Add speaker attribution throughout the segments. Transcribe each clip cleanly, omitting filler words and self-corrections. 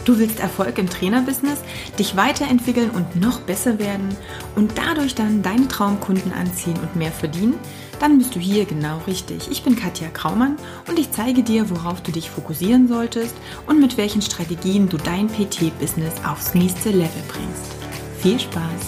Speaker 1: Du willst Erfolg im Trainerbusiness, dich weiterentwickeln und noch besser werden und dadurch dann deine Traumkunden anziehen und mehr verdienen? Dann bist du hier genau richtig. Ich bin Katja Kraumann und ich zeige dir, worauf du dich fokussieren solltest und mit welchen Strategien du dein PT-Business aufs nächste Level bringst. Viel Spaß!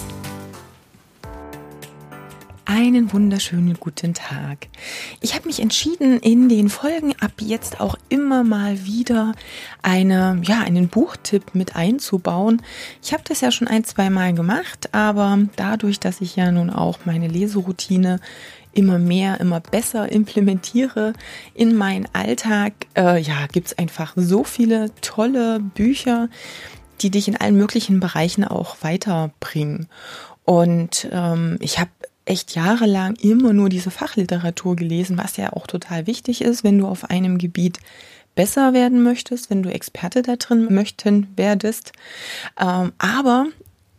Speaker 1: Einen wunderschönen guten Tag. Ich habe mich entschieden, in den Folgen ab jetzt auch immer mal wieder einen Buchtipp mit einzubauen. Ich habe das ja schon 1-2 Mal gemacht, aber dadurch, dass ich ja nun auch meine Leseroutine immer besser implementiere in meinen Alltag, gibt es einfach so viele tolle Bücher, die dich in allen möglichen Bereichen auch weiterbringen. Und ich habe echt jahrelang immer nur diese Fachliteratur gelesen, was ja auch total wichtig ist, wenn du auf einem Gebiet besser werden möchtest, wenn du Experte da drin werdest. Aber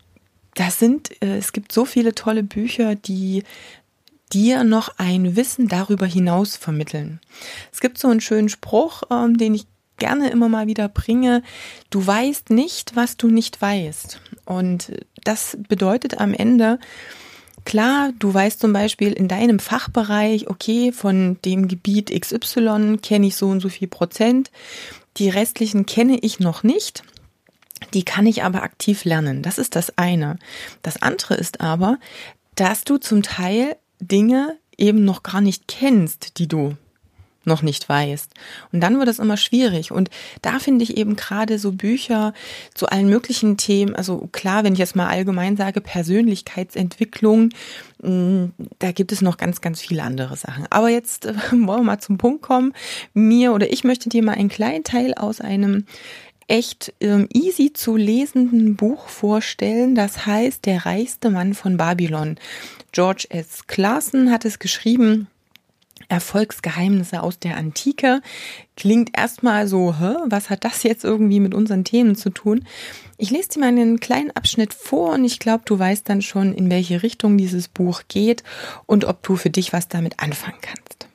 Speaker 1: es gibt so viele tolle Bücher, die dir noch ein Wissen darüber hinaus vermitteln. Es gibt so einen schönen Spruch, den ich gerne immer mal wieder bringe: Du weißt nicht, was du nicht weißt. Und das bedeutet am Ende, klar, du weißt zum Beispiel in deinem Fachbereich, okay, von dem Gebiet XY kenne ich so und so viel Prozent, die restlichen kenne ich noch nicht, die kann ich aber aktiv lernen. Das ist das eine. Das andere ist aber, dass du zum Teil Dinge eben noch gar nicht kennst, die du noch nicht weißt. Und dann wird es immer schwierig. Und da finde ich eben gerade so Bücher zu allen möglichen Themen, also klar, wenn ich jetzt mal allgemein sage, Persönlichkeitsentwicklung, da gibt es noch ganz, ganz viele andere Sachen. Aber jetzt wollen wir mal zum Punkt kommen. Ich möchte dir mal einen kleinen Teil aus einem echt easy zu lesenden Buch vorstellen. Das heißt, Der reichste Mann von Babylon. George S. Clason hat es geschrieben. Erfolgsgeheimnisse aus der Antike. Klingt erstmal so, was hat das jetzt irgendwie mit unseren Themen zu tun? Ich lese dir mal einen kleinen Abschnitt vor und ich glaube, du weißt dann schon, in welche Richtung dieses Buch geht und ob du für dich was damit anfangen kannst.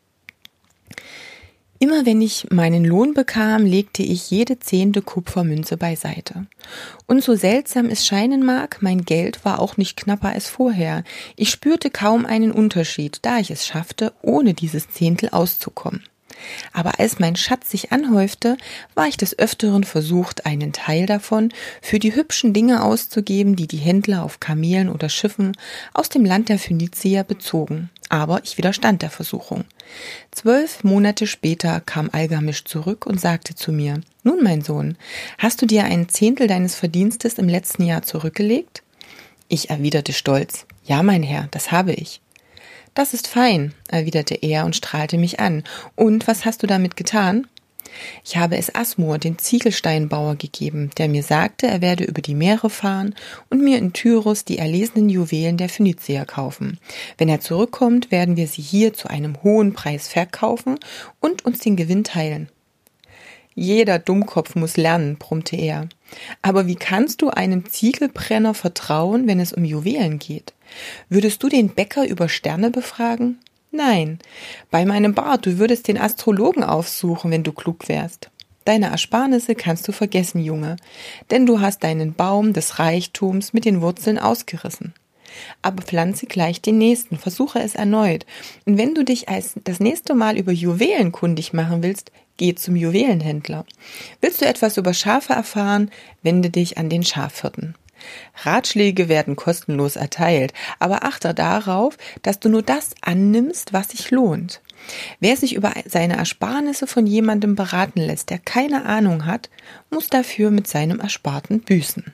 Speaker 1: Immer wenn ich meinen Lohn bekam, legte ich jede 10. Kupfermünze beiseite. Und so seltsam es scheinen mag, mein Geld war auch nicht knapper als vorher. Ich spürte kaum einen Unterschied, da ich es schaffte, ohne dieses Zehntel auszukommen. Aber als mein Schatz sich anhäufte, war ich des Öfteren versucht, einen Teil davon für die hübschen Dinge auszugeben, die die Händler auf Kamelen oder Schiffen aus dem Land der Phönizier bezogen. Aber ich widerstand der Versuchung. 12 Monate später kam Algamisch zurück und sagte zu mir: Nun, mein Sohn, hast du dir ein Zehntel deines Verdienstes im letzten Jahr zurückgelegt? Ich erwiderte stolz: Ja, mein Herr, das habe ich. Das ist fein, erwiderte er und strahlte mich an. Und was hast du damit getan? Ich habe es Asmur, dem Ziegelsteinbauer, gegeben, der mir sagte, er werde über die Meere fahren und mir in Tyrus die erlesenen Juwelen der Phönizier kaufen. Wenn er zurückkommt, werden wir sie hier zu einem hohen Preis verkaufen und uns den Gewinn teilen. Jeder Dummkopf muss lernen, brummte er. Aber wie kannst du einem Ziegelbrenner vertrauen, wenn es um Juwelen geht? Würdest du den Bäcker über Sterne befragen? Nein, bei meinem Bart, du würdest den Astrologen aufsuchen, wenn du klug wärst. Deine Ersparnisse kannst du vergessen, Junge, denn du hast deinen Baum des Reichtums mit den Wurzeln ausgerissen. Aber pflanze gleich den nächsten, versuche es erneut. Und wenn du dich das nächste Mal über Juwelen kundig machen willst, geh zum Juwelenhändler. Willst du etwas über Schafe erfahren, wende dich an den Schafhirten. Ratschläge werden kostenlos erteilt, aber achte darauf, dass du nur das annimmst, was sich lohnt. Wer sich über seine Ersparnisse von jemandem beraten lässt, der keine Ahnung hat, muss dafür mit seinem Ersparten büßen.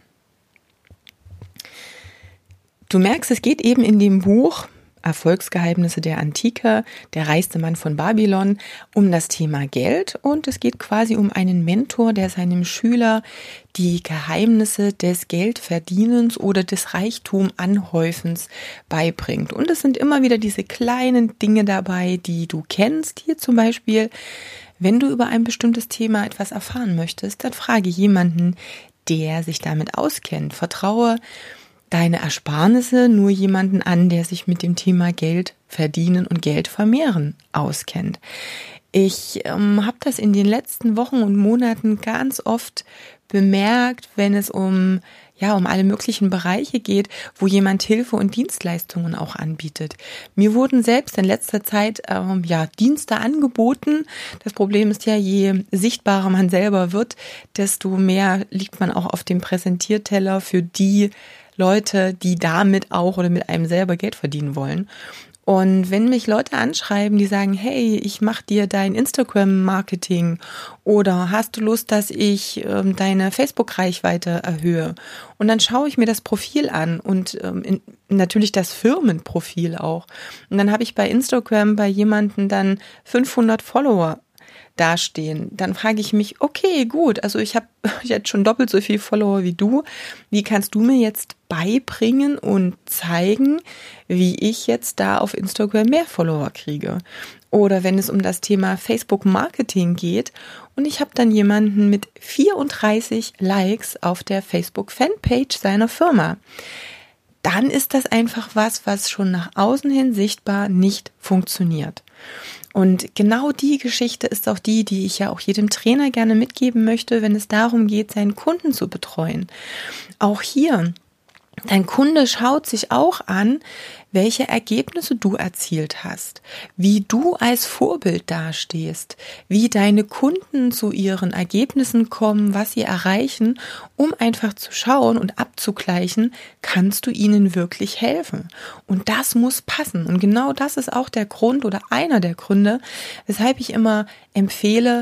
Speaker 1: Du merkst, es geht eben in dem Buch Erfolgsgeheimnisse der Antike, der reichste Mann von Babylon, um das Thema Geld, und es geht quasi um einen Mentor, der seinem Schüler die Geheimnisse des Geldverdienens oder des Reichtumanhäufens beibringt. Und es sind immer wieder diese kleinen Dinge dabei, die du kennst. Hier zum Beispiel, wenn du über ein bestimmtes Thema etwas erfahren möchtest, dann frage jemanden, der sich damit auskennt. Vertraue deine Ersparnisse nur jemanden an, der sich mit dem Thema Geld verdienen und Geld vermehren auskennt. Ich habe das in den letzten Wochen und Monaten ganz oft bemerkt, wenn es um alle möglichen Bereiche geht, wo jemand Hilfe und Dienstleistungen auch anbietet. Mir wurden selbst in letzter Zeit Dienste angeboten. Das Problem ist ja, je sichtbarer man selber wird, desto mehr liegt man auch auf dem Präsentierteller für die Leute, die damit auch oder mit einem selber Geld verdienen wollen. Und wenn mich Leute anschreiben, die sagen, hey, ich mache dir dein Instagram-Marketing oder hast du Lust, dass ich deine Facebook-Reichweite erhöhe? Und dann schaue ich mir das Profil an und natürlich das Firmenprofil auch. Und dann habe ich bei Instagram bei jemandem dann 500 Follower dastehen, dann frage ich mich, okay, gut, also ich habe jetzt schon doppelt so viel Follower wie du. Wie kannst du mir jetzt beibringen und zeigen, wie ich jetzt da auf Instagram mehr Follower kriege? Oder wenn es um das Thema Facebook Marketing geht und ich habe dann jemanden mit 34 Likes auf der Facebook Fanpage seiner Firma, dann ist das einfach was schon nach außen hin sichtbar nicht funktioniert. Und genau die Geschichte ist auch die ich ja auch jedem Trainer gerne mitgeben möchte, wenn es darum geht, seinen Kunden zu betreuen. Auch hier, dein Kunde schaut sich auch an, welche Ergebnisse du erzielt hast, wie du als Vorbild dastehst, wie deine Kunden zu ihren Ergebnissen kommen, was sie erreichen, um einfach zu schauen und abzugleichen, kannst du ihnen wirklich helfen. Und das muss passen. Und genau das ist auch der Grund oder einer der Gründe, weshalb ich immer empfehle,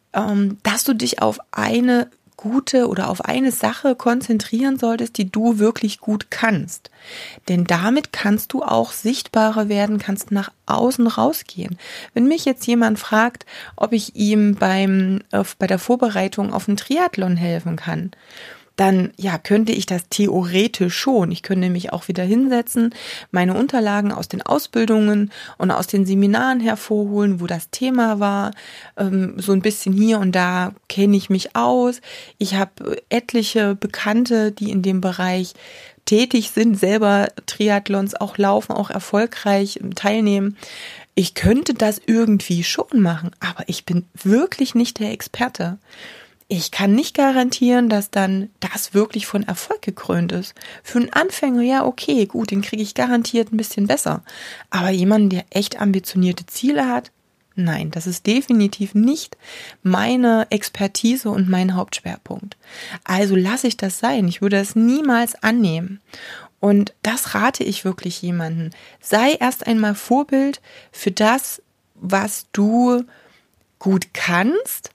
Speaker 1: dass du dich auf eine gute oder auf eine Sache konzentrieren solltest, die du wirklich gut kannst. Denn damit kannst du auch sichtbarer werden, kannst nach außen rausgehen. Wenn mich jetzt jemand fragt, ob ich ihm bei der Vorbereitung auf einen Triathlon helfen kann, dann könnte ich das theoretisch schon. Ich könnte mich auch wieder hinsetzen, meine Unterlagen aus den Ausbildungen und aus den Seminaren hervorholen, wo das Thema war. So ein bisschen hier und da kenne ich mich aus. Ich habe etliche Bekannte, die in dem Bereich tätig sind, selber Triathlons auch laufen, auch erfolgreich teilnehmen. Ich könnte das irgendwie schon machen, aber ich bin wirklich nicht der Experte. Ich kann nicht garantieren, dass dann das wirklich von Erfolg gekrönt ist. Für einen Anfänger, ja okay, gut, den kriege ich garantiert ein bisschen besser. Aber jemanden, der echt ambitionierte Ziele hat, nein, das ist definitiv nicht meine Expertise und mein Hauptschwerpunkt. Also lasse ich das sein. Ich würde es niemals annehmen. Und das rate ich wirklich jemandem. Sei erst einmal Vorbild für das, was du gut kannst.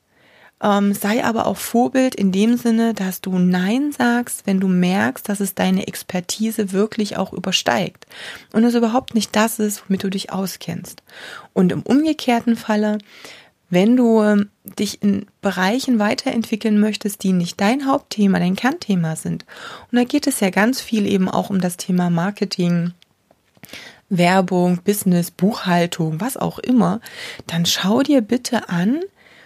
Speaker 1: Sei aber auch Vorbild in dem Sinne, dass du Nein sagst, wenn du merkst, dass es deine Expertise wirklich auch übersteigt und es überhaupt nicht das ist, womit du dich auskennst. Und im umgekehrten Falle, wenn du dich in Bereichen weiterentwickeln möchtest, die nicht dein Hauptthema, dein Kernthema sind, und da geht es ja ganz viel eben auch um das Thema Marketing, Werbung, Business, Buchhaltung, was auch immer, dann schau dir bitte an,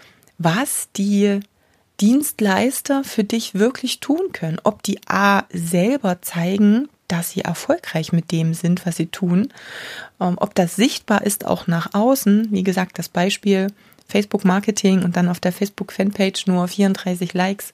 Speaker 1: was die Dienstleister für dich wirklich tun können. Ob die selber zeigen, dass sie erfolgreich mit dem sind, was sie tun. Ob das sichtbar ist auch nach außen. Wie gesagt, das Beispiel Facebook Marketing und dann auf der Facebook Fanpage nur 34 Likes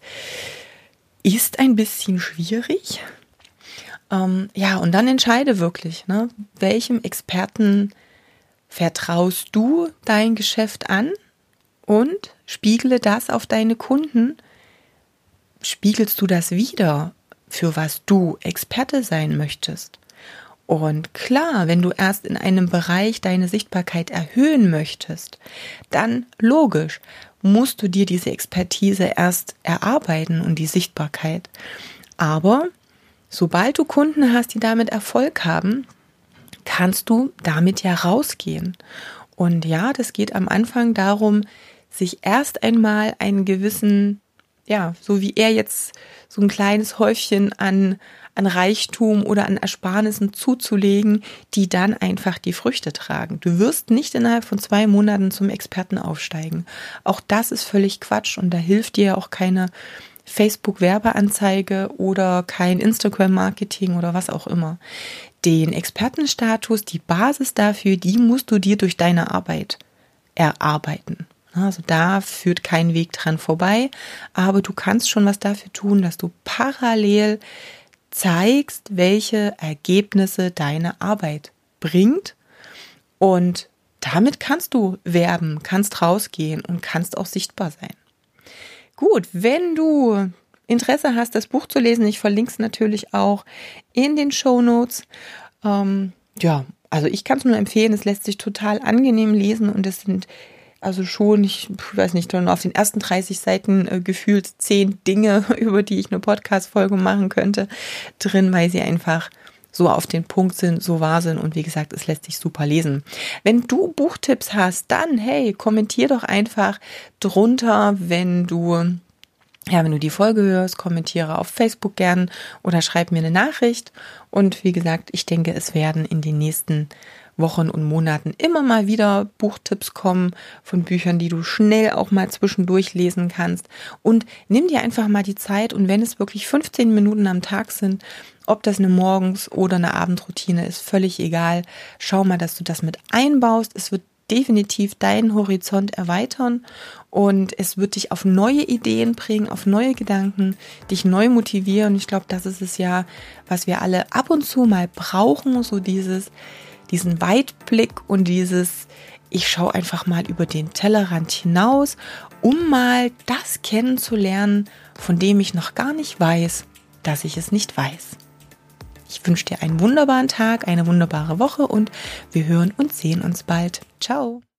Speaker 1: ist ein bisschen schwierig. Und dann entscheide wirklich, welchem Experten vertraust du dein Geschäft an? Und spiegle das auf deine Kunden. Spiegelst du das wider, für was du Experte sein möchtest? Und klar, wenn du erst in einem Bereich deine Sichtbarkeit erhöhen möchtest, dann logisch, musst du dir diese Expertise erst erarbeiten und die Sichtbarkeit. Aber sobald du Kunden hast, die damit Erfolg haben, kannst du damit ja rausgehen. Und ja, das geht am Anfang darum, sich erst einmal einen gewissen, so wie er jetzt so ein kleines Häufchen an Reichtum oder an Ersparnissen zuzulegen, die dann einfach die Früchte tragen. Du wirst nicht innerhalb von 2 Monaten zum Experten aufsteigen. Auch das ist völlig Quatsch und da hilft dir auch keine Facebook-Werbeanzeige oder kein Instagram-Marketing oder was auch immer. Den Expertenstatus, die Basis dafür, die musst du dir durch deine Arbeit erarbeiten. Also da führt kein Weg dran vorbei, aber du kannst schon was dafür tun, dass du parallel zeigst, welche Ergebnisse deine Arbeit bringt, und damit kannst du werben, kannst rausgehen und kannst auch sichtbar sein. Gut, wenn du Interesse hast, das Buch zu lesen, ich verlinke es natürlich auch in den Shownotes. Also ich kann es nur empfehlen, es lässt sich total angenehm lesen und es sind also schon, ich weiß nicht, auf den ersten 30 Seiten gefühlt 10 Dinge, über die ich eine Podcast-Folge machen könnte, drin, weil sie einfach so auf den Punkt sind, so wahr sind und wie gesagt, es lässt sich super lesen. Wenn du Buchtipps hast, dann hey, kommentier doch einfach drunter, wenn du die Folge hörst, kommentiere auf Facebook gern oder schreib mir eine Nachricht. Und wie gesagt, ich denke, es werden in den nächsten Wochen und Monaten immer mal wieder Buchtipps kommen von Büchern, die du schnell auch mal zwischendurch lesen kannst. Und nimm dir einfach mal die Zeit, und wenn es wirklich 15 Minuten am Tag sind, ob das eine Morgens- oder eine Abendroutine ist, völlig egal. Schau mal, dass du das mit einbaust. Es wird definitiv deinen Horizont erweitern und es wird dich auf neue Ideen bringen, auf neue Gedanken, dich neu motivieren. Ich glaube, das ist es ja, was wir alle ab und zu mal brauchen, so diesen Weitblick und ich schaue einfach mal über den Tellerrand hinaus, um mal das kennenzulernen, von dem ich noch gar nicht weiß, dass ich es nicht weiß. Ich wünsche dir einen wunderbaren Tag, eine wunderbare Woche und wir hören und sehen uns bald. Ciao!